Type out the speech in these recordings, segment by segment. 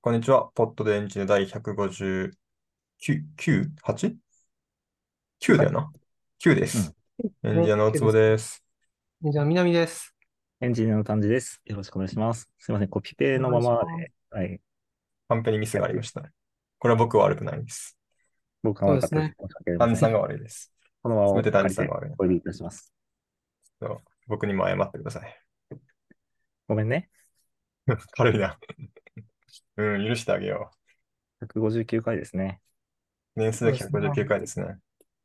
こんにちは。ポッドでエンジンの第159、9、8?9 9回。 だよな。9でうん。 す。エンジニね、 アの大 Q で坪す。 です。 じゃあ、南です。 エンジニアの感じです。よろしくお願いします。すいません、コピペのまお願いしまで、 ます。 はい、 カンペにミスやって、 がありましたね。これは僕は悪くないです。 僕が悪かったです。 そうですね。 申し訳ありません。 ダンジさんが悪いです。 この場をすべてダンジ借りてさんが悪い。 お呼びいたします。 そう僕にも謝ってください。 ごめんね。 軽いな。うん、許してあげよ 159回ですね。 う。年数そうですね。 159回ですね。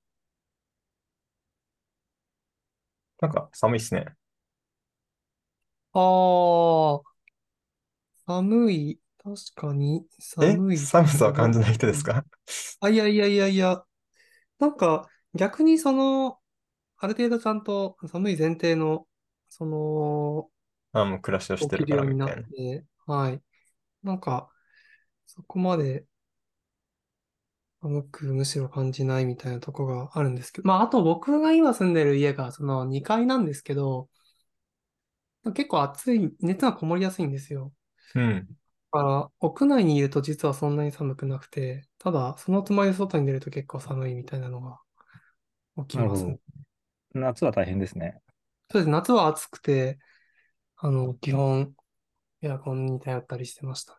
なんか寒いっすね。 ああ、寒い。確かに寒い寒さけど。 を感じない人ですか？ あ、いやいやいやいや。なんか、逆にある程度ちゃんと寒い前提の、その、 あ、もう暮らしをし起てるかきるようになっらみたいな。 て、はい。なんか、そこまで寒くむしろ感じないみたいなとこがあるんですけど。まあ、あと僕が今住んでる家が、2階なんですけど、結構暑い、熱がこもりやすいんですよ。 うん。 だから、屋内にいると実はそんなに寒くなくて、ただ、そのつもりで外に出ると結構寒いみたいなのが起きますね。 なるほど。夏は大変ですね。 そうです。夏は暑くて、基本、エアコンに頼ったりしてました。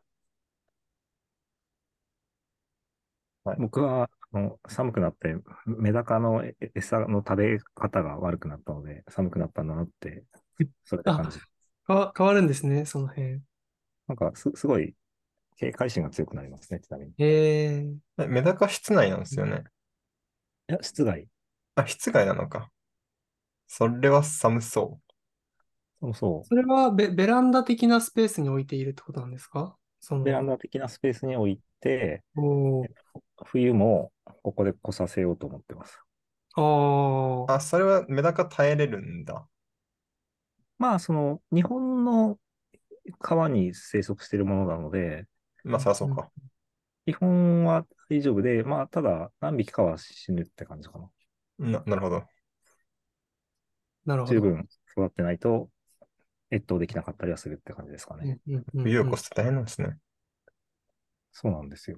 はい。 僕は寒くなって、メダカの餌の食べ方が悪くなったので、寒くなったんだなって、それで感あ、 じ。 変わるんですね、その辺。 なんかすごい警戒心が強くなりますね、ちなみに。いええ。 メダカ室内なんですよね。 や、室外。 あ、室外なのか。それは寒そそうそう。 それはベランダ的なスペースに置いているってことなんですか？ ベランダ的なスペースに置いて、 おー、 冬もここで来させようと思ってます。 あう。 あ、 あ、それはメダカ耐えれるんだ。 まあ、日本の川に生息しているものなので、 まあ、そりゃそうか。 基本は大丈夫で、まあ、ただ何匹かは死ぬって感じかな。 なるほど。 なるほど。 十分育ってないと越冬できなかったりはするって感じですかね。 うん、うん、うん、うん。 冬を越すと大変なんですね。 そうなんですよ。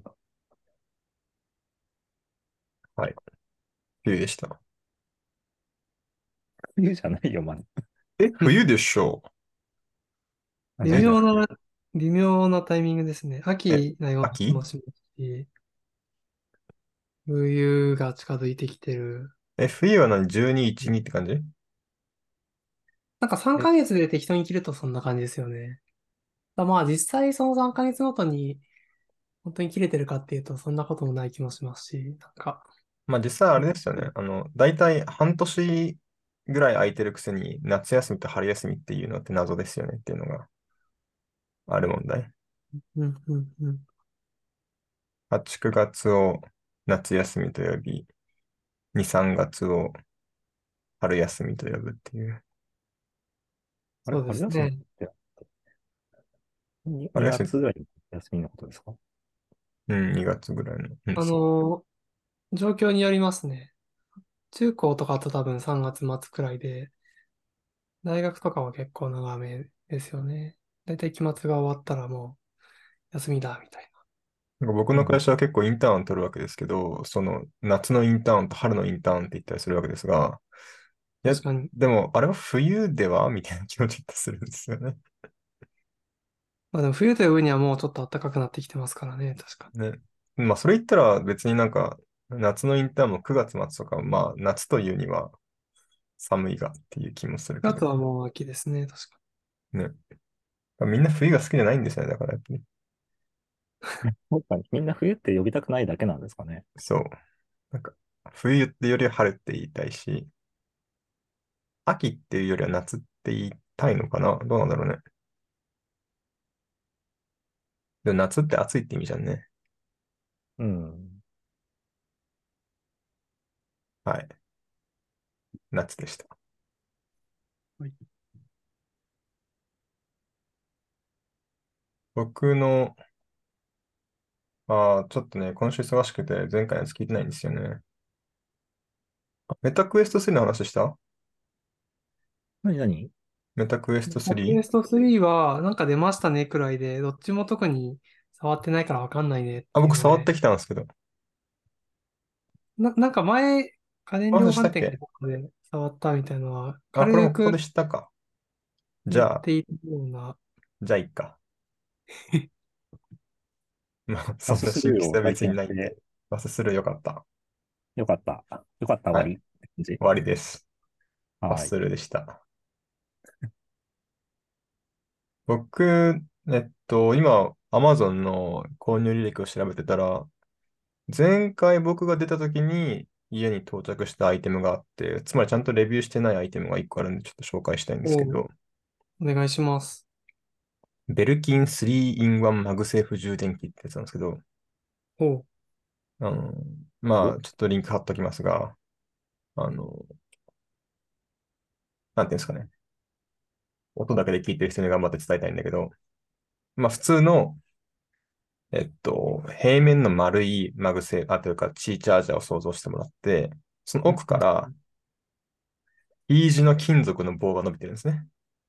はい。冬でした。 冬じゃないよ、まだ。 冬でしょう。 微何が。 妙な、微妙なタイミングですね。 え、 秋なような気も秋しますし、冬が近づいてきてる。 冬は何？ 12、1、2って感じ？ なんか3 え、 ヶ月で適当に切るとそんな感じですよね。まあ実際その3ヶ月ごとに本当に切れてるかっていうとそんなこともない気もしますし、なんか、 まあ実際あれですよね。だいたい半年ぐらい空いてるくせに夏休みと春休みっていうのって謎ですよねっていうのがある問題。 うん、うん、うん。 8、9月を夏休みと呼び、2、3月を春休みと呼ぶっていう。 あれ、 そうで春休みっすね。 て2 春休み、 月ぐらいの休みのことですか？ うん、2月ぐらいの。うん、 あそう。 の、状況によりますね。中高とかだと多分3月末くらいで、大学とかは結構長めですよね。だいたい期末が終わったらもう休みだ、みたいなんか僕の会うん。 社は結構インターンを取るわけですけど、その夏のインターンと春のインターンって言ったりするわけですが、いな。 や、 確かに。 でもあれは冬ではみたいな気持ちってするんですよね。 まあでも冬という上にはもうちょっと暖かくなってきてますからね、確かね。まあそれ言ったら別になんか夏のインターンも9月末とか、まあ夏というには寒いがっていう気もするに。 けど、 あとはもう秋ですね、確かね。みんな冬が好きじゃないんですよね。だからやっぱり。 そうか、みんな冬って呼びたくないだけなんですかね。 そう。なんか冬ってよりは春って言いたいし、秋っていうよりは夏って言いたいのかな。どうなんだろうね。でも夏って暑いって意味じゃんね。 うん。 はい。夏でした。 はい。 僕の、ちょっとね、今週忙しくて前回のやつ聞いてないんですよね。メタクエスト3の話した？ 何？ メタクエストクエ 3？ スト3はなんか出ましたねくらいで、どっちも特に触ってないからわかんないねっあ、 ていうので、 僕触ってきたんですけど。 なんか前、家電量話した販店かっけ？ どこかで触ったみたいなのは、 あ、これ軽くもここで知ったか。じ言っゃあ、 ているような、 じゃあいっか。まあ、そマスんな新スルーを体規性は別に験して、 ないんで、パスするよかった。 よかった。よかった、終はい。 わりって感じ。 終わりです。パはい。 スするでした。僕、今、Amazon の購入履歴を調べてたら、前回僕が出た時に家に到着したアイテムがあって、つまりちゃんとレビューしてないアイテムが1個あるんで、ちょっと紹介したいんですけをど、 お願いします。 ベルキン 3-in-1 マグセーフ充電器ってやつなんですけど、 おう、 あの、まお、 あ、ちょっとリンク貼っときますが、あの、なんていうんですかね。音だけで聞いてる人に頑張って伝えたいんだけど、まあ、普通の、平面の丸いマグセーフ、というか、チーチャージャーを想像してもらって、その奥から T 字の金属の棒が伸びてるんですね。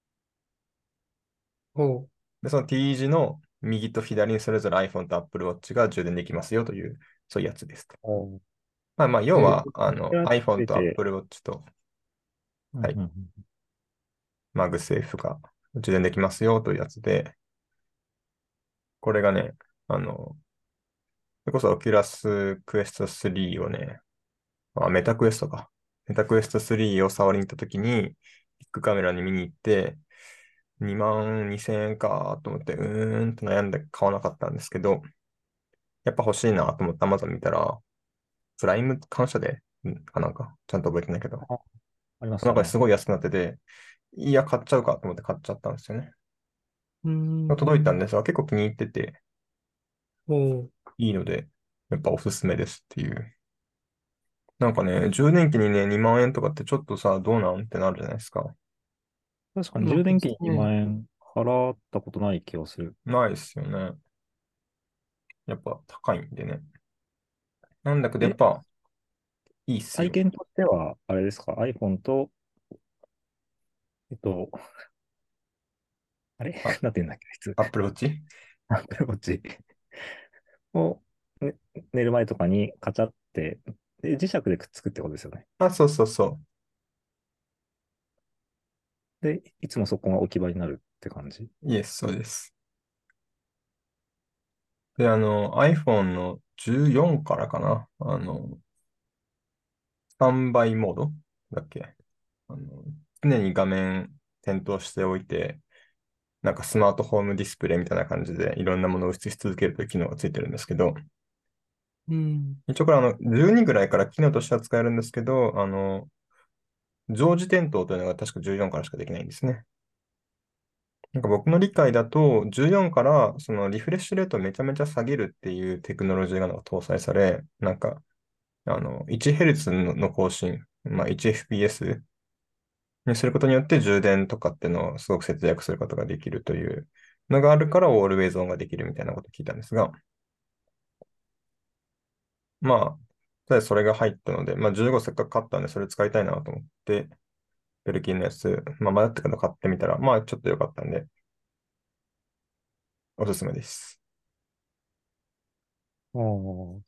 おう、 で、その T 字の右と左にそれぞれ iPhone と Apple Watch が充電できますよという、そういうやつですと。 おまあ、要えは、 それはつ iPhone といて、 Apple Watch と、はい、 うんうんうん、 マグセーフが充電できますよというやつで、これがね、それこそ Oculus Quest 3をね、メタクエストか。メタクエスト3を触りに行った時に、ビッグカメラに見に行って、2万2000円かと思って、と悩んで買わなかったんですけど、やっぱ欲しいなと思って Amazon 見たら、プライム感謝で、なんか、ちゃんと覚えてないけど、 あ、ありますなんかよね。 すごい安くなってて、いや、買っちゃうかと思って買っちゃったんですよね。 うー届いたんん、 ですが、結構気に入ってて、 おう、 いいので、やっぱおすすめですっていう。なんかね、充電器にね、2万円とかってちょっとさ、どうなんってなるじゃないですか。 確かにまあ、 充電器に2 ね、 万円払ったことない気がする。 ないですよね。やっぱ高いんでね。なんだけど、やっえ、 ぱいいっすよ。 体験としては、あれですか？ iPhone と、えっと、あれあ、 なんて言うんだっけ、あいつ。 Apple Watch？ Apple Watch を、ね、寝る前とかにカチャって、で、磁石でくっつくってことですよね。 あ、そうそうそで、いつもそこが置き場になるって感じ。 う。イエス、そうです。で、iPhone の14からかな。スタンバイモードだっけ？あの、常に画面点灯しておいて、なんかスマートホームディスプレイみたいな感じでいろんなものを映し続けるという機能がついてるんですけど、 うん、 一応これ12ぐらいから機能としては使えるんですけど、常時点灯というのが確か14からしかできないんですね。なんか僕の理解だと、14からそのリフレッシュレートをめちゃめちゃ下げるっていうテクノロジーが搭載され、なんか、1Hz の更新、まあ 1fps にすることによって充電とかっていうのをすごく節約することができるというのがあるから、オールウェイズオンができるみたいなことを聞いたんですが、まあ、とりあえずそれが入ったので、まあ15せっかく買ったんで、それ使いたいなと思って、ベルキンのやつ、まあ迷ったけど買ってみたら、まあちょっと良かったんで、おすすめです。 ああ、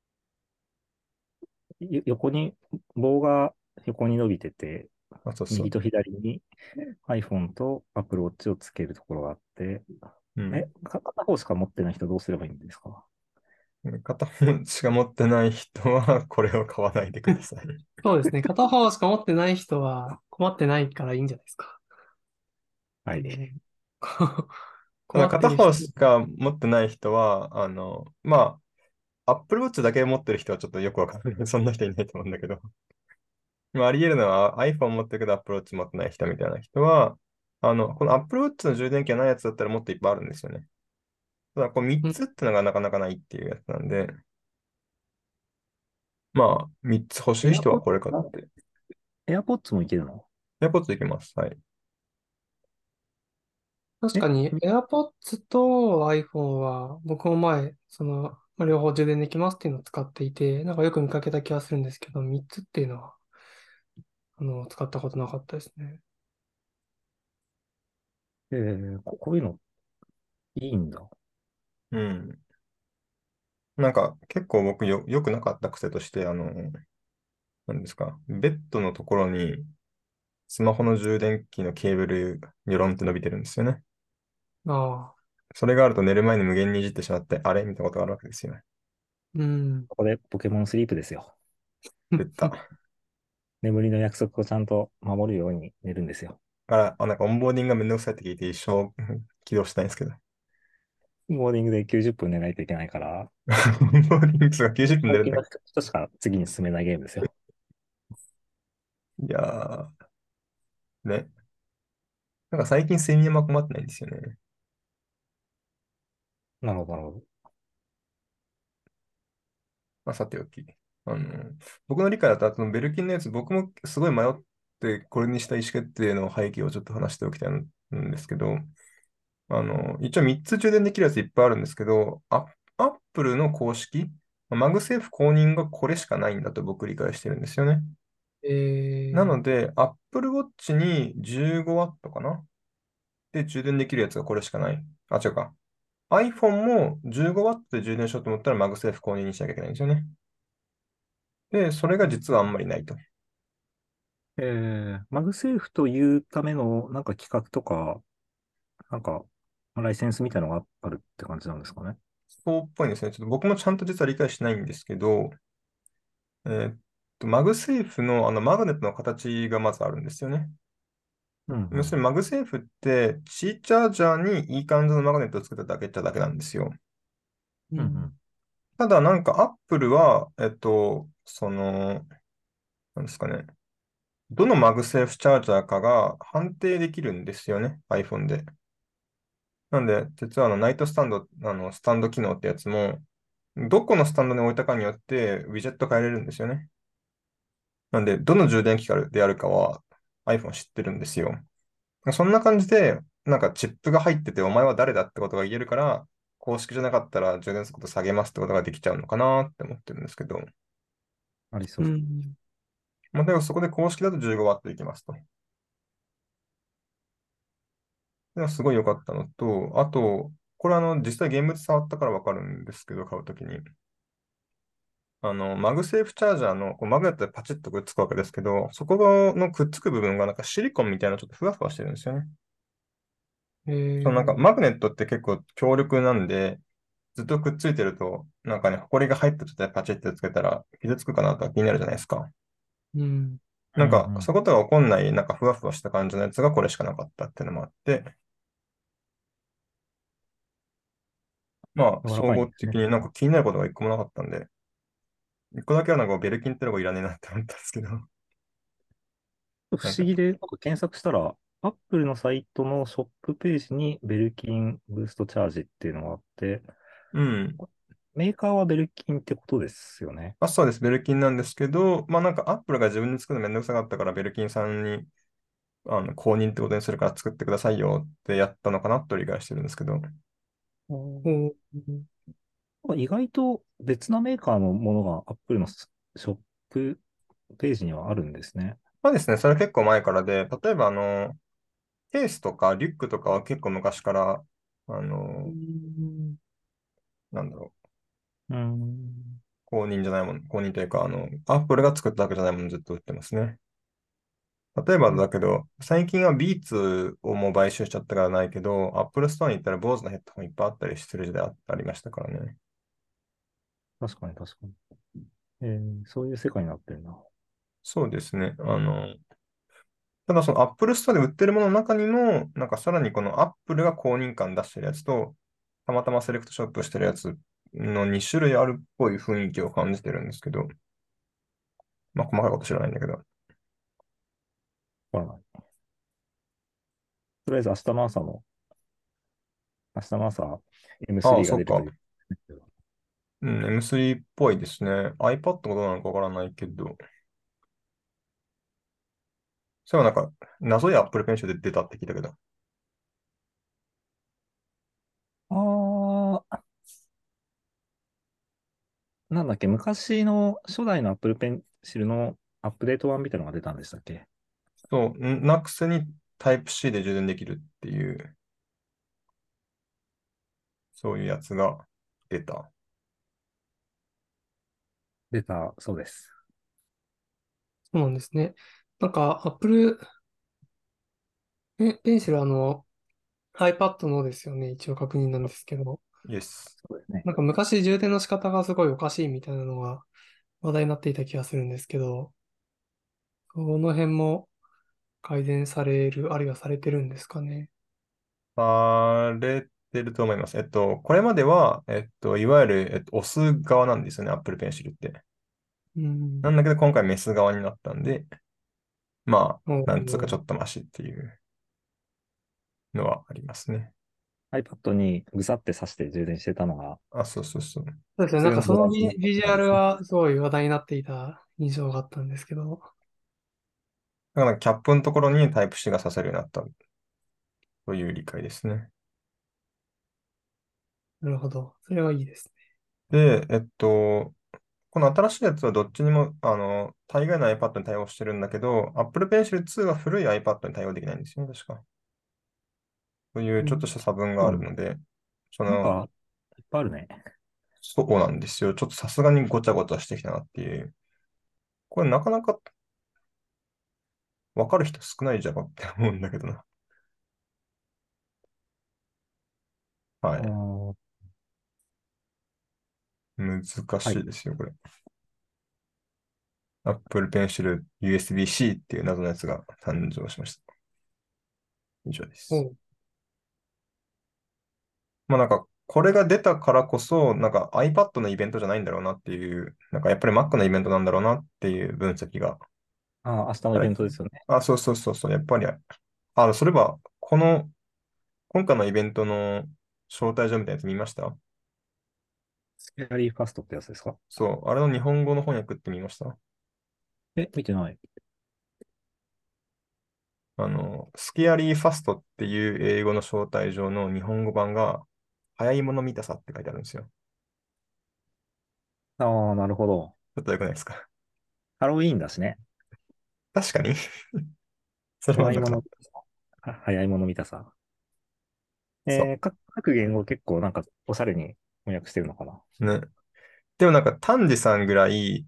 横に、棒が横に伸びてて、 あ、そうそう。 右と左に iPhone と Apple Watch をつけるところがあって、 うん。 片方しか持ってない人どうすればいいんですか？ 片方しか持ってない人は、これを買わないでください。 そうですね。片方しか持ってない人は困ってないからいいんじゃないですか。 はい。 あの、 ただ困ってる人、 片方しか持ってない人は、まあ、Apple Watch だけ持ってる人はちょっとよくわかんない。そんな人いないと思うんだけど。まあ、あり得るのは iPhone 持ってるけど Apple Watch 持ってない人みたいな人は、この Apple Watch の充電器がないやつだったらもっといっぱいあるんですよね。ただ、こう3 うん、 つってのがなかなかないっていうやつなんで、まあ、3つ欲しい人は AirPods、 これ買って。 AirPods もいけるの？ AirPods いけます。はい。 確かえ、 に AirPods と iPhone は僕も前、まあ両方充電できますっていうのを使っていて、なんかよく見かけた気がするんですけど、3つっていうのは、使ったことなかったですね。 こういうのいいんだ。 うん。なんか結構僕よくなかった癖として、何ですか、ベッドのところにスマホの充電器のケーブル、ニョロンって伸びてるんですよね。 ああ、 それがあると寝る前に無限にいじってしまって、あれみたいなことがあるわけですよね。 うん。 ここでポケモンスリープですよ。 出た。 眠りの約束をちゃんと守るように寝るんですよ。 なんかオンボーディングがめんどくさいって聞いて一生起動したいんですけど。 モーニングで90分寝ないといけないから、 オンボーディングが90分出るんだ。 最近の人しか次に進めないゲームですよ。 いやね。なんか最近睡眠は困ってないんですよね。 なるほど、なるほど。 まあ、さておき。僕の理解だと、あのベルキンのやつ、僕もすごい迷って、これにした意思決定の背景をちょっと話しておきたいんですけど、一応3つ充電できるやついっぱいあるんですけど、アップルの公式、マグセーフ公認がこれしかないんだと僕理解してるんですよね。なのええで、Apple Watch に 15W かなで充電できるやつがこれしかない。あ、違うか。iPhone も 15W で充電しようと思ったらマグセーフ公認にしなきゃいけないんですよね。で、それが実はあんまりないと。 マグセーフというためのなんか企画とか、なんかライセンスみたいなのがあるって感じなんですかね。 そうっぽいんですね。ちょっと僕もちゃんと実は理解してないんですけど、マグセーフのあのマグネットの形がまずあるんですよね。 うんうん。 要するにマグセーフって C チャージャーにいい感じのマグネットを作っただけっちゃだけなんですよ。 うん。 うんうん。 ただなんか Apple は、なんですかね。どのマグセーフチャージャーかが判定できるんですよね。iPhone で。なんで、実はナイトスタンド、スタンド機能ってやつも、どこのスタンドに置いたかによってウィジェット変えれるんですよね。なんで、どの充電器からであるかは iPhone 知ってるんですよ。そんな感じで、なんかチップが入ってて、お前は誰だってことが言えるから、公式じゃなかったら充電速度下げますってことができちゃうのかなって思ってるんですけど、 ありそう。 うん。 まあ、でもそこで公式だと 15W いきますと。でもすごい良かったのと、あと、これ実際現物触ったからわかるんですけど、買うときに。マグセーフチャージャーのこうマグネットでパチッとくっつくわけですけど、そこのくっつく部分がなんかシリコンみたいなちょっとふわふわしてるんですよね。そのなんかええマグネットって結構強力なんで、ずっとくっついてると、なんかね、ホコリが入った状態でパチッてつけたら傷つくかなとか気になるじゃないですか。 うん。 なんか、 うんうん。 そういうことが起こんない、なんかふわふわした感じのやつがこれしかなかったっていうのもあって、まあ、 柔ら総かいんですね。 合的になんか気になることが一個もなかったんで、一個だけはなんかベルキンってのがいらねえなって思ったんですけど、 不なんか、 思議で、なんか検索したら、アップルのサイトのショップページにベルキンブーストチャージっていうのがあって、 うん。 メーカーはベルキンってことですよね。 あ、そうです。ベルキンなんですけど、まあなんかアップルが自分で作るのめんどくさかったから、ベルキンさんに公認ってことにするから作ってくださいよってやったのかなと理解してるんですけど。 うんお、 なんか意外と別なメーカーのものがアップルのショップページにはあるんですね。 まあですね、それ結構前からで、例えばケースとかリュックとかは結構昔から、あうの、 ん。 なんだろう、 うん。 公認じゃないもの、公認というか、アップルが作ったわけじゃないものずっと売ってますね。例えばだけど、最近はビーツをもう買収しちゃったからないけど、アップルストアに行ったら坊主のヘッドホンいっぱいあったりする時代ありましたからね。 確かに確かに。そういう世界になってるな。 そうですね。ただそのアップルストアで売ってるものの中にも、なんかさらにこのアップルが公認感出してるやつと、たまたまセレクトショップしてるやつの2種類あるっぽい雰囲気を感じてるんですけど、まあ細かいこと知らないんだけど。 わからない。とりあえず明日の朝ああ、 M3 がそっか。 出るという。 うん、M3 っぽいですね。iPad がどうなのかわからないけど、そういえばなんか、謎や Apple Pencil で出たって聞いたけど。 ああ、なんだっけ、昔の初代の Apple Pencil のアップデート版みたいなのが出たんでしたっけ？ そう、なくせに Type-C で充電できるっていう。 そういうやつが出た。 出た、そうです。 そうなんですね。なんか、Apple Pencil iPad のですよね。一応確認なんですけど。 イエス。 そうですね。 なんか昔充電の仕方がすごいおかしいみたいなのが話題になっていた気がするんですけど、この辺も改善される、あるいはされてるんですかね。 されてると思います。これまでは、いわゆる、押す側なんですよね、Apple Pencil って。 うん。 なんだけど、今回メス側になったんで、まあ、 おなんつうかちょーっとマシっていうのはありますね。 iPad にぐさって挿して充電してたのが、 あ、そうそうそう。 そうですね。なんかそれがそのビ、 話題になっビジュアルたんですね。 はすごい話題になっていた印象があったんですけど。 だから、キャップのところにタイプ C が挿せるようになったという理解ですね。 なるほど。それはいいですね。 で、この新しいやつはどっちにも、大概の iPad に対応してるんだけど、Apple Pencil 2は古い iPad に対応できないんですよね、確か。そういううん。 ちょっとした差分があるうん。 ので、その、 なんか、いっぱいあるね。 そうなんですよ。ちょっとさすがにごちゃごちゃしてきたなっていう。これなかなかわかる人少ないじゃんって思うんだけどな。はあい。 ー難はい。 しいですよ、これ。Apple Pencil USB-C っていう謎のやつが誕生しました。以上です。 おう。 まあなんか、これが出たからこそ、なんか iPad のイベントじゃないんだろうなっていう、なんかやっぱり Mac のイベントなんだろうなっていう分析が。 あー、明日のイベントですよね。 あ、そうそうそうそう、やっぱり、それは、今回のイベントの招待状みたいなやつ見ました？ スペアリーファストってやつですか？ そう、あれの日本語の翻訳って見ました？ え、見てない。 スキアリーファストっていう英語の招待状の日本語版が、早いもの見たさって書いてあるんですよ。 ああ、なるほど。 ちょっとよくないですか？ ハロウィーンだしね。 確かにそれはあ早いもの、 るのか。 早いもの見たさ。 そ各言語結構なんかおしゃれに翻訳してるのかな。 う。ね。でもなんか、丹治さんぐらい、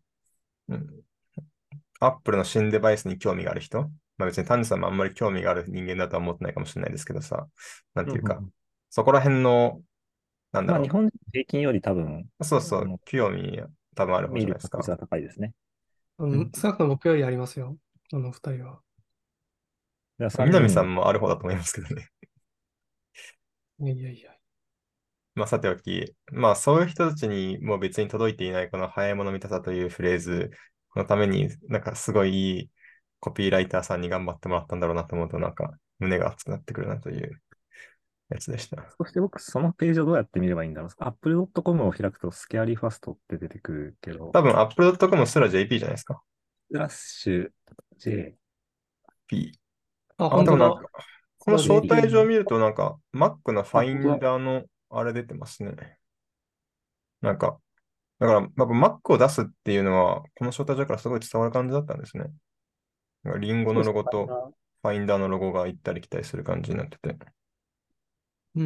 アップルの新デバイスに興味がある人、まあ別に丹治さんもあんまり興味がある人間だとは思ってないかもしれないですけどさ、なんていうか、 うんうんうん。 そこら辺の、なんだまあ日ろ本人平均より多分、 う。そうそう、興味多分ある方見じゃないですか。 る確率は高いですね。 少なくとも僕よりありますよ。二人は。 じゃあ3人の、 南さんもある方だと思いますけどね。 いやいやいや。 まあさておき、まあそういう人たちにもう別に届いていないこの早いもの見たさというフレーズのために、なんかすごいいいコピーライターさんに頑張ってもらったんだろうなと思うと、なんか胸が熱くなってくるなというやつでした。 そして僕そのページをどうやって見ればいいんだろう。apple.com を開くとスケアリーファストって出てくるけど、 多分 Apple.com すら JP じゃないですか。 スラッシュ J、 P。 あ、 あ、 本当だ。 でもなんか、このそれは招 JP 待状をの。 見ると、なんか Mac のフあ、 ァイ本当だ。 ンダーのあれ出てますね。なんか、だから、やっぱ Mac を出すっていうのは、この招待状からすごい伝わる感じだったんですね。なんかリンゴのそうですロゴとね。 ファインダーのロゴが行ったり来たりする感じになってて。 うん。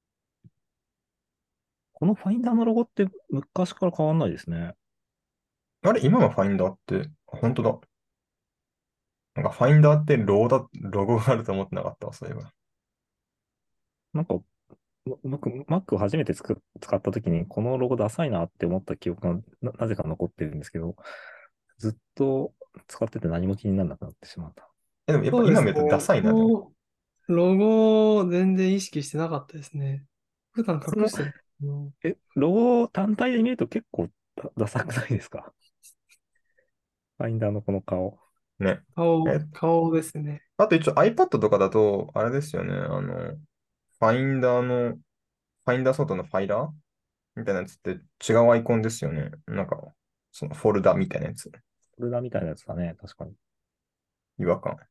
このファインダーのロゴって昔から変わんないですね。 あれ、今のファインダーって、本当だ。なんかファインダーってロゴがあると思ってなかったわ、そういえば。 なんか、僕、Mac を初めて使った時に、このロゴダサいなって思った記憶がなぜか残ってるんですけど、ずっと使ってて何も気にならなくなってしまった。 でもやっぱそうですね。 今見るとダサいな、でも。 このロゴを全然意識してなかったですね。普段その、 隠してる。 ロゴ単体で見ると結構ダサくないですか？ファインダーのこの顔。 ね。え、 顔ですね。 あと一応 iPad とかだと、あれですよね。ファインダーの、ファインダーソフトのファイラーみたいなやつって違うアイコンですよね。なんか、そのフォルダみたいなやつ。 フォルダみたいなやつだね、確かに。 違和感。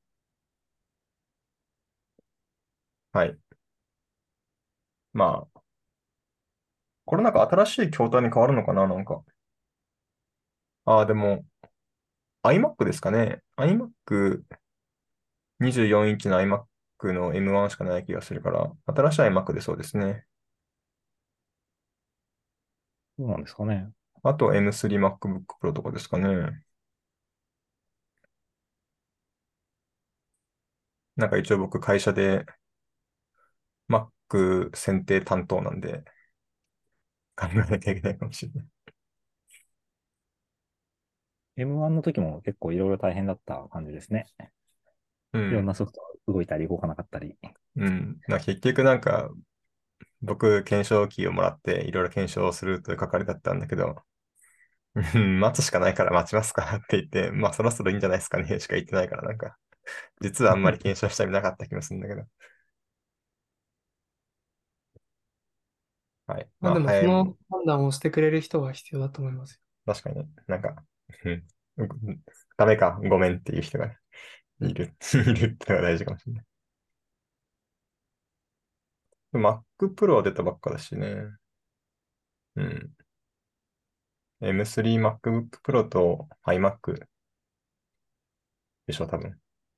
はい。まあ、これなんか新しい筐体に変わるのかななんか。でも、iMac ですかね。iMac24 インチの iMac の M1 しかない気がするから、新しい iMac でそうですね。 そうなんですかね。 あと M3MacBook Pro とかですかね。なんか一応僕会社で Mac 選定担当なんで考えなきゃいけないかもしれない。 M1 の時も結構いろいろ大変だった感じですね。いろんうん。 なソフトが動いたり動かなかったり。 うん。結局なんか僕検証キーをもらっていろいろ検証するという係だったんだけど、うん待つしかないから待ちますかって言って、まあそろそろいいんじゃないですかねしか言ってないからなんか、実はあんまり検証したりなかった気もするんだけど。はい。まあまあでもそ早いも、 の判断をしてくれる人が必要だと思います確かにね、うん、ダメか、ごめんっていう人がよ。 いる、いるってのが大事かもしれない。Mac Pro は出たばっかだしね。うん。M3 MacBook Pro と iMac でしょ、多分。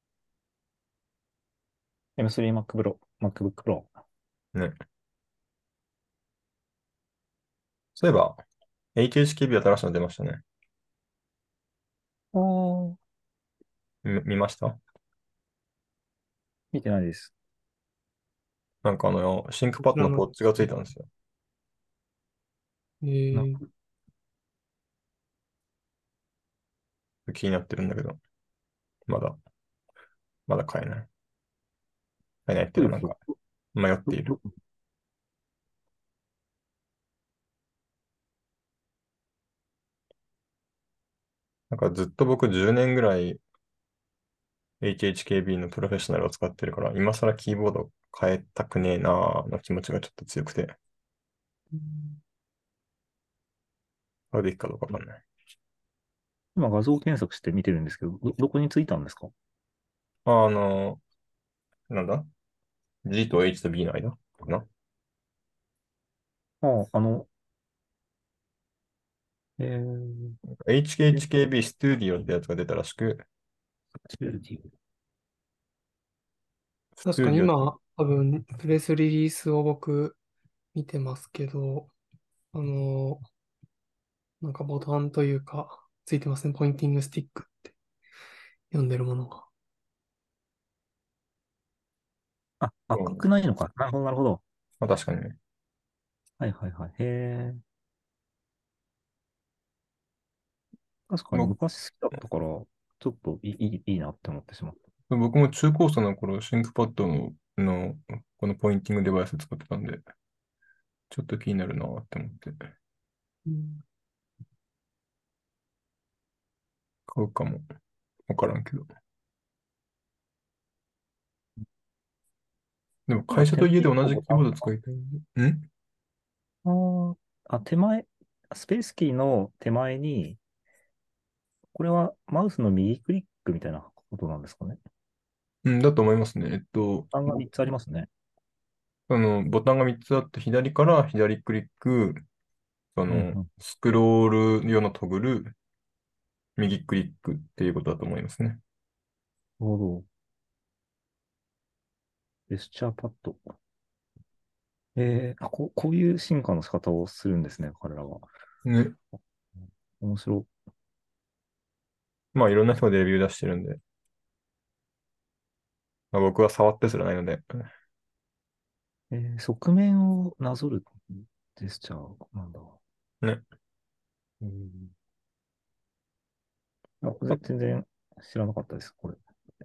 M3 MacBook Pro。 ね。そういえば、HHKB 新しいの出ましたね。 ああ、 見ました？ 見てないです。 なんかシンクパッドのこちらの、 ポッチがついたんですよ。 えな、 ー、 気になってるんだけど、まだ、まだ買えない。買えないっていうかなんか、迷っている。 どどなんかずっと僕10年ぐらい HHKB のプロフェッショナルを使ってるから、今更キーボード変えたくねえなーの気持ちがちょっと強くて、買うべきかどうかわかんない。 今画像検索して見てるんですけど、どこについたんですか？ あなんだ ?G と H と B の間かな？ ああ、えー、 HHKB Studio ってやつが出たらしく、ス確かにタジオって今、多分、プレスリリースを僕見てますけど、あの、なんかボタンというか、ついてますね。ポインティングスティックって呼んでるものが。 あ、赤くうん、 ないのか。なるほど、なるほど。 まあ確かにね。 はいはいはい。へえ。確かに僕、 昔好きだったから、ちょっといいなって思ってしまった。 僕も中高生の頃、シンクパッドのこのポインティングデバイス使ってたんで、ちょっと気になるなって思って、 うん、 買うかも。わからんけど。でも会社と手前家で同じのボキーボード使タンが、 いたいんで。 手前、スペースキーの手前に、これはマウスの右クリックみたいなことなんですかね。 うん、だと思いますね。 ボタンが3つありますね。 ボタンが3つあって、左から左クリック、 うんうん。 スクロール用のトグル、右クリックっていうことだと思いますね。 なるほど。ジェスチャーパッド。こういう進化の仕方をするんですね、彼らは。 ね。 面白まあ、いろんな人がレビュー出してるんで、まあ、僕は触ってすらないので、 い。側面をなぞるジェスチャーなんだ。 ね。 うん、全然知らなかったです、これ。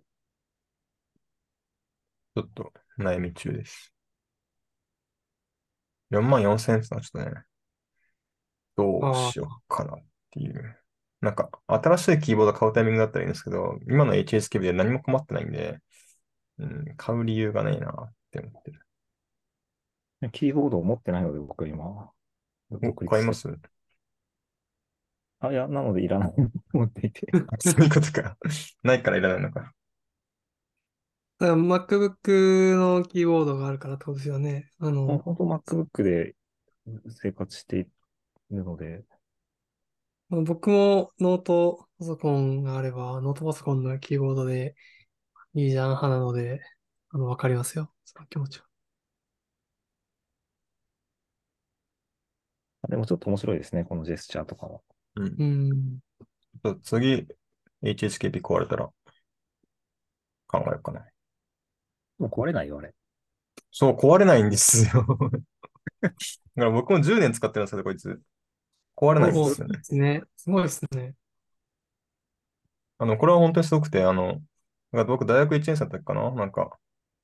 ちょっと悩み中です。4万4千円ってのはちょっとね、どうしようああ、 かなっていう。なんか、新しいキーボード買うタイミングだったらいいんですけど、今の HSKB で何も困ってないんで、うん、買う理由がないなって思ってる。 キーボードを持ってないので、僕は今、 お、 独立して。 買います？ いや、なのでいらないと思っていて。 そういうことか。ないからいらないのか。 だから MacBook のキーボードがあるからってことですよね。 本当 MacBook で生活しているので、 まあ僕もノートパソコンがあれば、ノートパソコンのキーボードでいいじゃん派なので、わかりますよ。その気持ちは。 でもちょっと面白いですね、このジェスチャーとかは。 うん。 うん。 次、HHKB 壊れたら考えようかな。 もう壊れないよ、あれ。 そう、壊れないんですよ。だから僕も10年使ってるんですけど、こいつ。壊れないんでおお、いすよね。 いですね。すごいですね。 これは本当にすごくて、なんか僕大学1年生だったっけかななんか、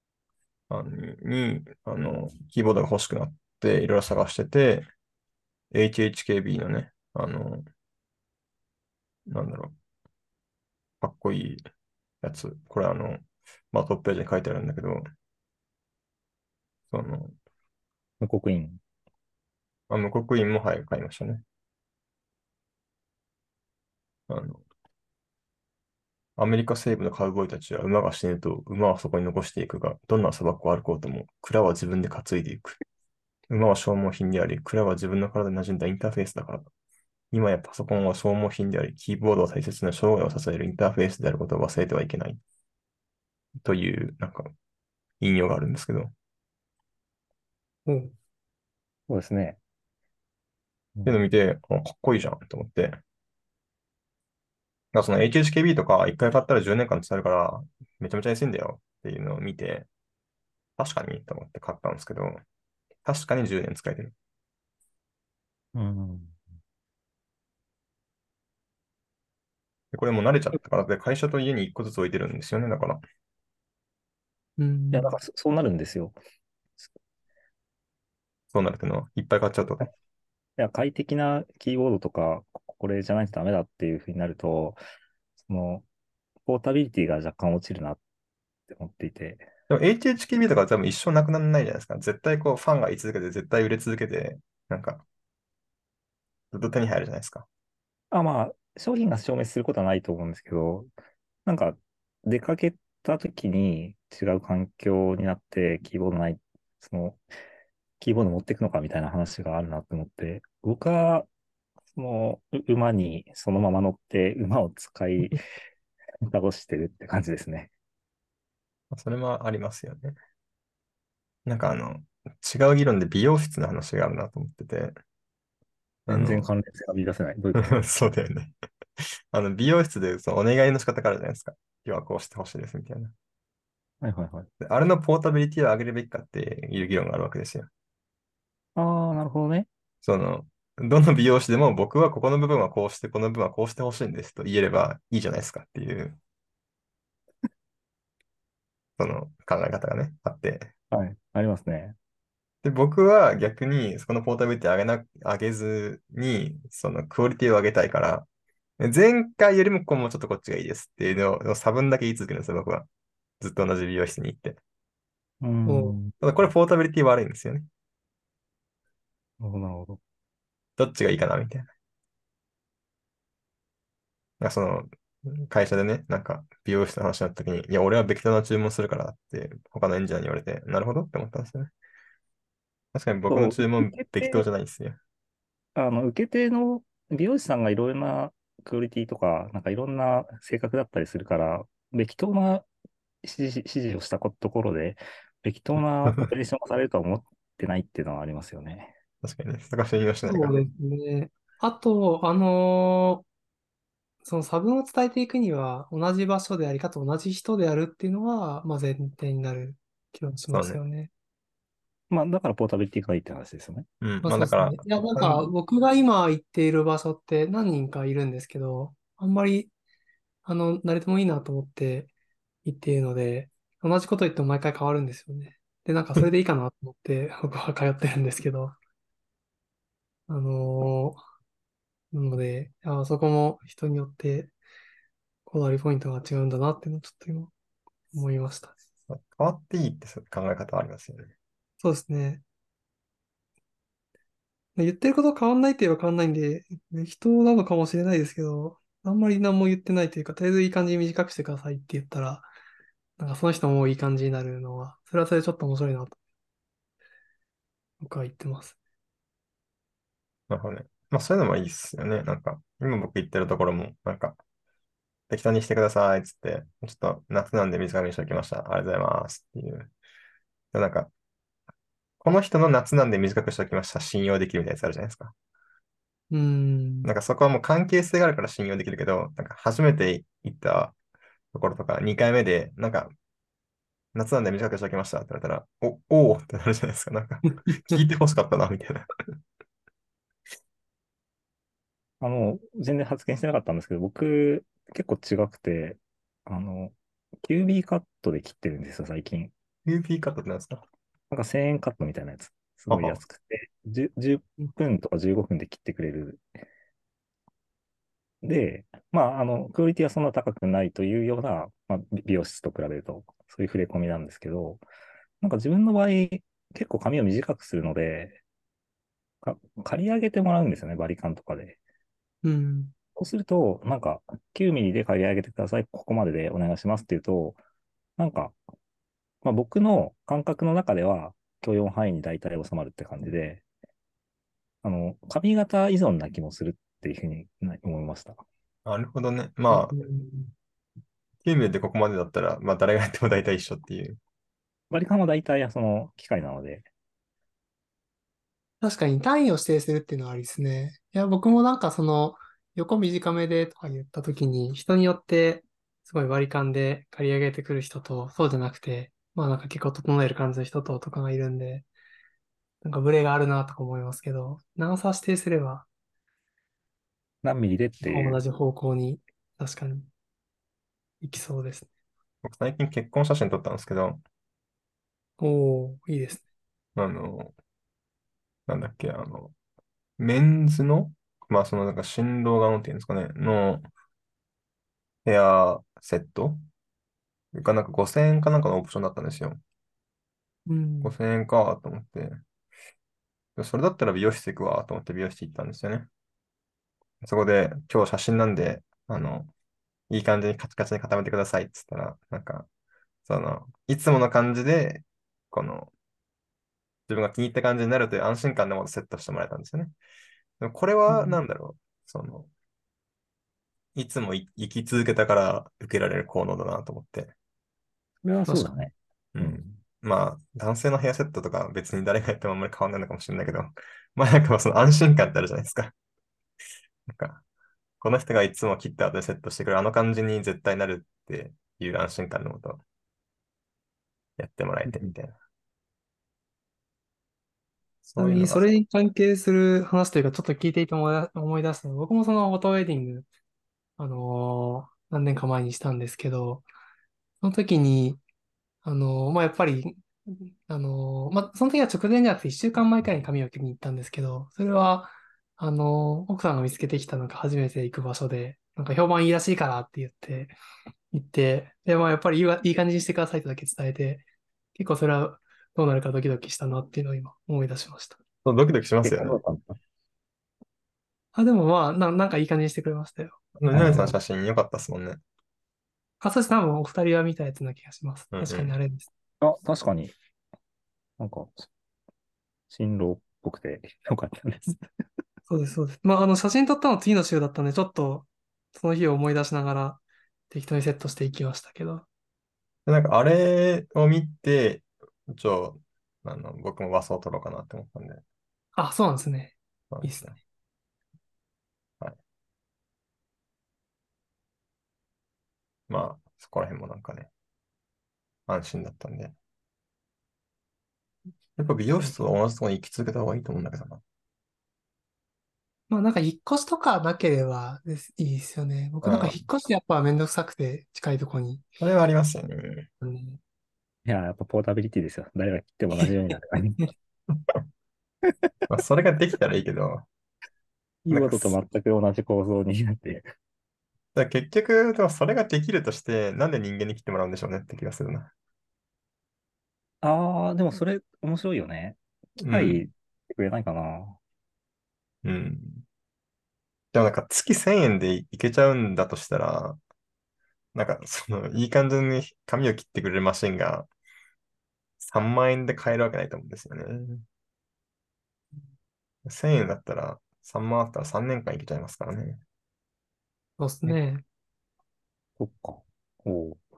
キーボードが欲しくなって、いろいろ探してて、HHKB のね、なんだろう、かっこいいやつ。これまあ、トップページに書いてあるんだけど、その、 無刻印。 無刻印も、はい、買いましたね。あの、アメリカ西部のカウボーイたちは馬が死ぬと馬はそこに残していくが、どんな砂漠を歩こうとも蔵は自分で担いでいく。馬は消耗品であり、蔵は自分の体に馴染んだインターフェースだからだ。今やパソコンは消耗品であり、キーボードは大切な生涯を支えるインターフェースであることを忘れてはいけない。という、なんか、引用があるんですけど。っうん。 そうですね。うていうのを見ん、 て、かっこいいじゃんと思って。その HHKB とか一回買ったら10年間使えるから、めちゃめちゃ安いんだよっていうのを見て、確かにと思って買ったんですけど、確かに10年使えてる。 うん。 で、これもう慣れちゃったから、で、会社と家に1個ずつ置いてるんですよね、だから。 ういや、なんん。 かそうなるんですよ。 そうなるっていうのは、いっぱい買っちゃうと。 いや、快適なキーボードとか、これじゃないとダメだっていうふうになると、その、ポータビリティが若干落ちるなって思っていて。 でも HHKB とかは多分一生なくならないじゃないですか。絶対こうファンが居続けて、絶対売れ続けて、なんか、ずっと手に入るじゃないですか。 まあ、商品が消滅することはないと思うんですけど、なんか、出かけた時に違う環境になって、キーボードない、その、キーボード持っていくのかみたいな話があるなと思って、僕は、馬にそのまま乗って、馬を使い倒してるって感じですね。 それもありますよね。なんか違う議論で美容室の話があるなと思ってて、あ全然の、 関連性が見出せない。どういうことですか？ そうだよね。美容室でそのお願いの仕方があるじゃないですか。今日はこうしてほしいですみたいな。 はいはいはい。 であれのポータビリティを上げるべきかっていう議論があるわけですよ。 ああ、なるほどね。 その、どの美容師でも僕はここの部分はこうして、この部分はこうしてほしいんですと言えればいいじゃないですかっていう、その考え方がね、あって。 はい。ありますね。 で、僕は逆にそこのポータビリティ上げずに、そのクオリティを上げたいから、前回よりももうちょっとこっちがいいですっていうのを差分だけ言い続けるんですよ、僕は。ずっと同じ美容室に行って。 うーおん。 ただこれポータビリティ悪いんですよね。 なるほど、なるほど。 どっちがいいかなみたいな。その、会社でね、なんか美容室の話になった時に、いや、俺はベクトルの注文するからって他のエンジニアに言われて、なるほどって思ったんですよね。確かに僕のそう、 注文、 受けベクトルじ手、 ゃないんですよ。 受け手の美容師さんがいろんなクオリティとか、なんかいろんな性格だったりするから、適当な指示をしたところで、適当なオペレーションがされるとは思ってないっていうのはありますよね。 確かにね。探してみましないから。 そうですね。あと、その差分を伝えていくには、同じ場所であり、かつ同じ人であるっていうのは、まあ前提になる気がしまそうね。 すよね。 まあ、だからポータビリティがいいって話ですよね。 うん。 まあまあだから、 そうですね。いや、なんか単僕が今行っている場所って何人かいるんですけど、あんまり、誰でもいいなと思って行っているので、同じこと言っても毎回変わるんですよね。で、なんかそれでいいかなと思って僕は通ってるんですけど、あのなので、そこも人によってこだわりポイントが違うんだなっていうのをちょっと今思いましたね。 変わっていいってそういう考え方はありますよね。 そうですね。言ってること変わんないって言えば変わんないんで、人なのかもしれないですけど、あんまり何も言ってないというか、とりあえずいい感じに短くしてくださいって言ったら、なんかその人もいい感じになるのは、それはそれでちょっと面白いなと僕は言ってます。 なるほどね。まあそういうのもいいっすよね。なんか、今僕言ってるところも、なんか、適当にしてくださいっつって、ちょっと夏なんで短めにしておきました。ありがとうございますっていう。でなんか、この人の夏なんで短くしておきました。信用できるみたいなやつあるじゃないですか。 うん。 なんかそこはもう関係性があるから信用できるけど、なんか初めて行ったところとか、2回目で、なんか夏なんで短くしておきましたって言われたら、おおってなるじゃないですか。なんか聞いて欲しかったな、みたいな。 全然発言してなかったんですけど、僕、結構違くて、あの、QB カットで切ってるんですよ、最近。 UP カットってなんですか？ なんか1000円カットみたいなやつ。すごいはは。 安くて、10分とか15分で切ってくれる。で、まあ、クオリティはそんな高くないというような、まあ、美容室と比べると、そういう触れ込みなんですけど、なんか自分の場合、結構髪を短くするので、刈り上げてもらうんですよね、バリカンとかで。 うん。 そうすると、なんか、9ミリで刈り上げてください、ここまででお願いしますっていうと、なんか、まあ、僕の感覚の中では許容範囲に大体収まるって感じで、髪型依存な気もするっていうふうに思いました。 なるほどね。 うまあ、 ん。 9ミリでここまでだったら、まあ誰がやっても大体一緒っていう。 バリカンは大体その機械なので、 確かに単位を指定するっていうのはありですね。いや、僕もなんかその、横短めでとか言った時に、人によって、すごい割り勘で借り上げてくる人と、そうじゃなくて、まあなんか結構整える感じの人とかがいるんで、なんかブレがあるなとか思いますけど、長さ指定すれば、 何ミリでっていう。 同じ方向に確かに行きそうですね。 僕最近結婚写真撮ったんですけど、 おー、いいですね。 あの、なんだっけ、メンズの、まあそのなんか振動画のっていうんですかね、のヘアセットがなんか5000円かなんかのオプションだったんですよ。 うん。 5000円かと思って、それだったら美容室行くわと思って美容室行ったんですよね。そこで今日写真なんで、いい感じにカチカチに固めてくださいって言ったら、なんか、いつもの感じで、この、自分が気に入った感じになるという安心感でもセットしてもらえたんですよね。でもこれは、 うん。 なんだろう。いつも生き続けたから受けられる効能だなと思って。 それはそう確かに。 だね。うん。 うん。まあ、男性のヘアセットとか別に誰がやってもあんまり変わんないのかもしれないけど、まあなんかその安心感ってあるじゃないですか。なんか、この人がいつも切った後でセットしてくるあの感じに絶対なるっていう安心感のもとやってもらえてみたいな。 ちなみに、 そういうのが、 それに関係する話というか、ちょっと聞いていて思い出したのは、僕もそのフォトウェディング、何年か前にしたんですけど、その時に、まあ、やっぱり、まあ、その時は直前じゃなくて1週間前くらいに髪を切りに行ったんですけど、それは、奥さんが見つけてきたなんか初めて行く場所で、なんか評判いいらしいからって言って、行って、で、まあ、やっぱりいい感じにしてくださいとだけ伝えて、結構それはどうなるかドキドキしたなっていうのを今思い出しました。 そうドキドキします結果どうだよね。 ったんですか？ あ、でもまあ、なんかいい感じにしてくれましたよ。 ナミさんの写真良かったですもんね。 あ、そして多分お二人は見たやつな気がします。確かにうんうん。 あれです。 確かになんか、新郎っぽくてよかったです。 そうです、そうです。まあ、写真撮ったの次の週だったんで、ちょっと、その日を思い出しながら、適当にセットしていきましたけど。 で、なんかあれを見て、ちょ、僕も和装を撮ろうかなって思ったんで、 あ、そうなんですね。 そうなんですね。 いいっすね。 はい。まあ、そこら辺もなんかね、安心だったんで。やっぱ美容室は同じところに行き続けた方がいいと思うんだけどな。 まあ、なんか引っ越しとかなければいいですよね。僕なんかああ、 引っ越してやっぱめんどくさくて近いとこに。 それはありますよね。 うん。 いや、やっぱポータビリティですよ。誰が切っても同じようになる感じ。 まあ、それができたらいいけど、 キーボードとなんかす、 全く同じ構造になって、 だから結局、でもそれができるとして、なんで人間に来てもらうんでしょうねって気がするな。 ああ、でもそれ面白いよね。機械うん。 くれないかな。 うん。でもなんか月1000円でいけちゃうんだとしたら、いい感じに髪を切ってくれるマシンが3万円で買えるわけないと思うんですよね。1000円だったら3万あったら3年間いけちゃいますからね。 そうですえ、 ね。 そっか。おう。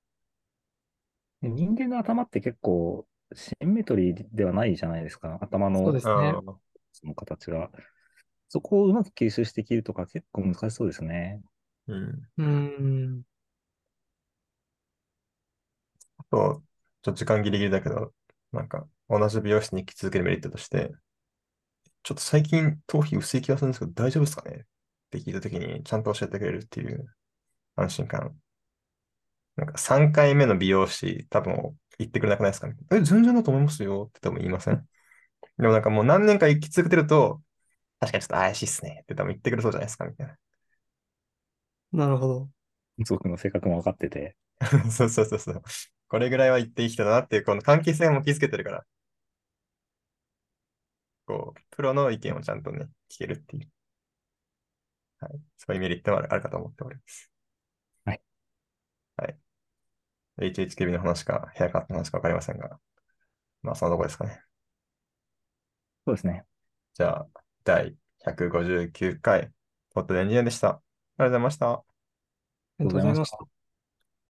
人間の頭って結構シンメトリーではないじゃないですか。頭のそうですね。 ああ、 その形が。 そこをうまく吸収して切るとか結構難しそうですね。 うん。 うーん。 あと、ちょっと時間ギリギリだけど、なんか、同じ美容室に行き続けるメリットとして、ちょっと最近頭皮薄い気がするんですけど、大丈夫ですかねって聞いたときに、ちゃんと教えてくれるっていう安心感。なんか3回目の美容師、多分言ってくれなくないですかね。全然だと思いますよって多分言いません。でもなんかもう何年か行き続けてると、確かにちょっと怪しいっすねって多分言ってくれそうじゃないですかみたいな。 なるほど。 僕の性格も分かってて、 そうそうそうそう。これぐらいは言っていい人だなっていう、この関係性も気づけてるから、こう、プロの意見をちゃんとね、聞けるっていう、はい、そういうメリットもあるかと思っております。 はい。 はい。HHKB の話か、ヘアカットの話か分かりませんが、まあそのとこですかね。 そうですね。 じゃあ、第159回、ポッドでエンジニアでした。ありがとうございました。 ありがとうごありがとうございました。 ざいました。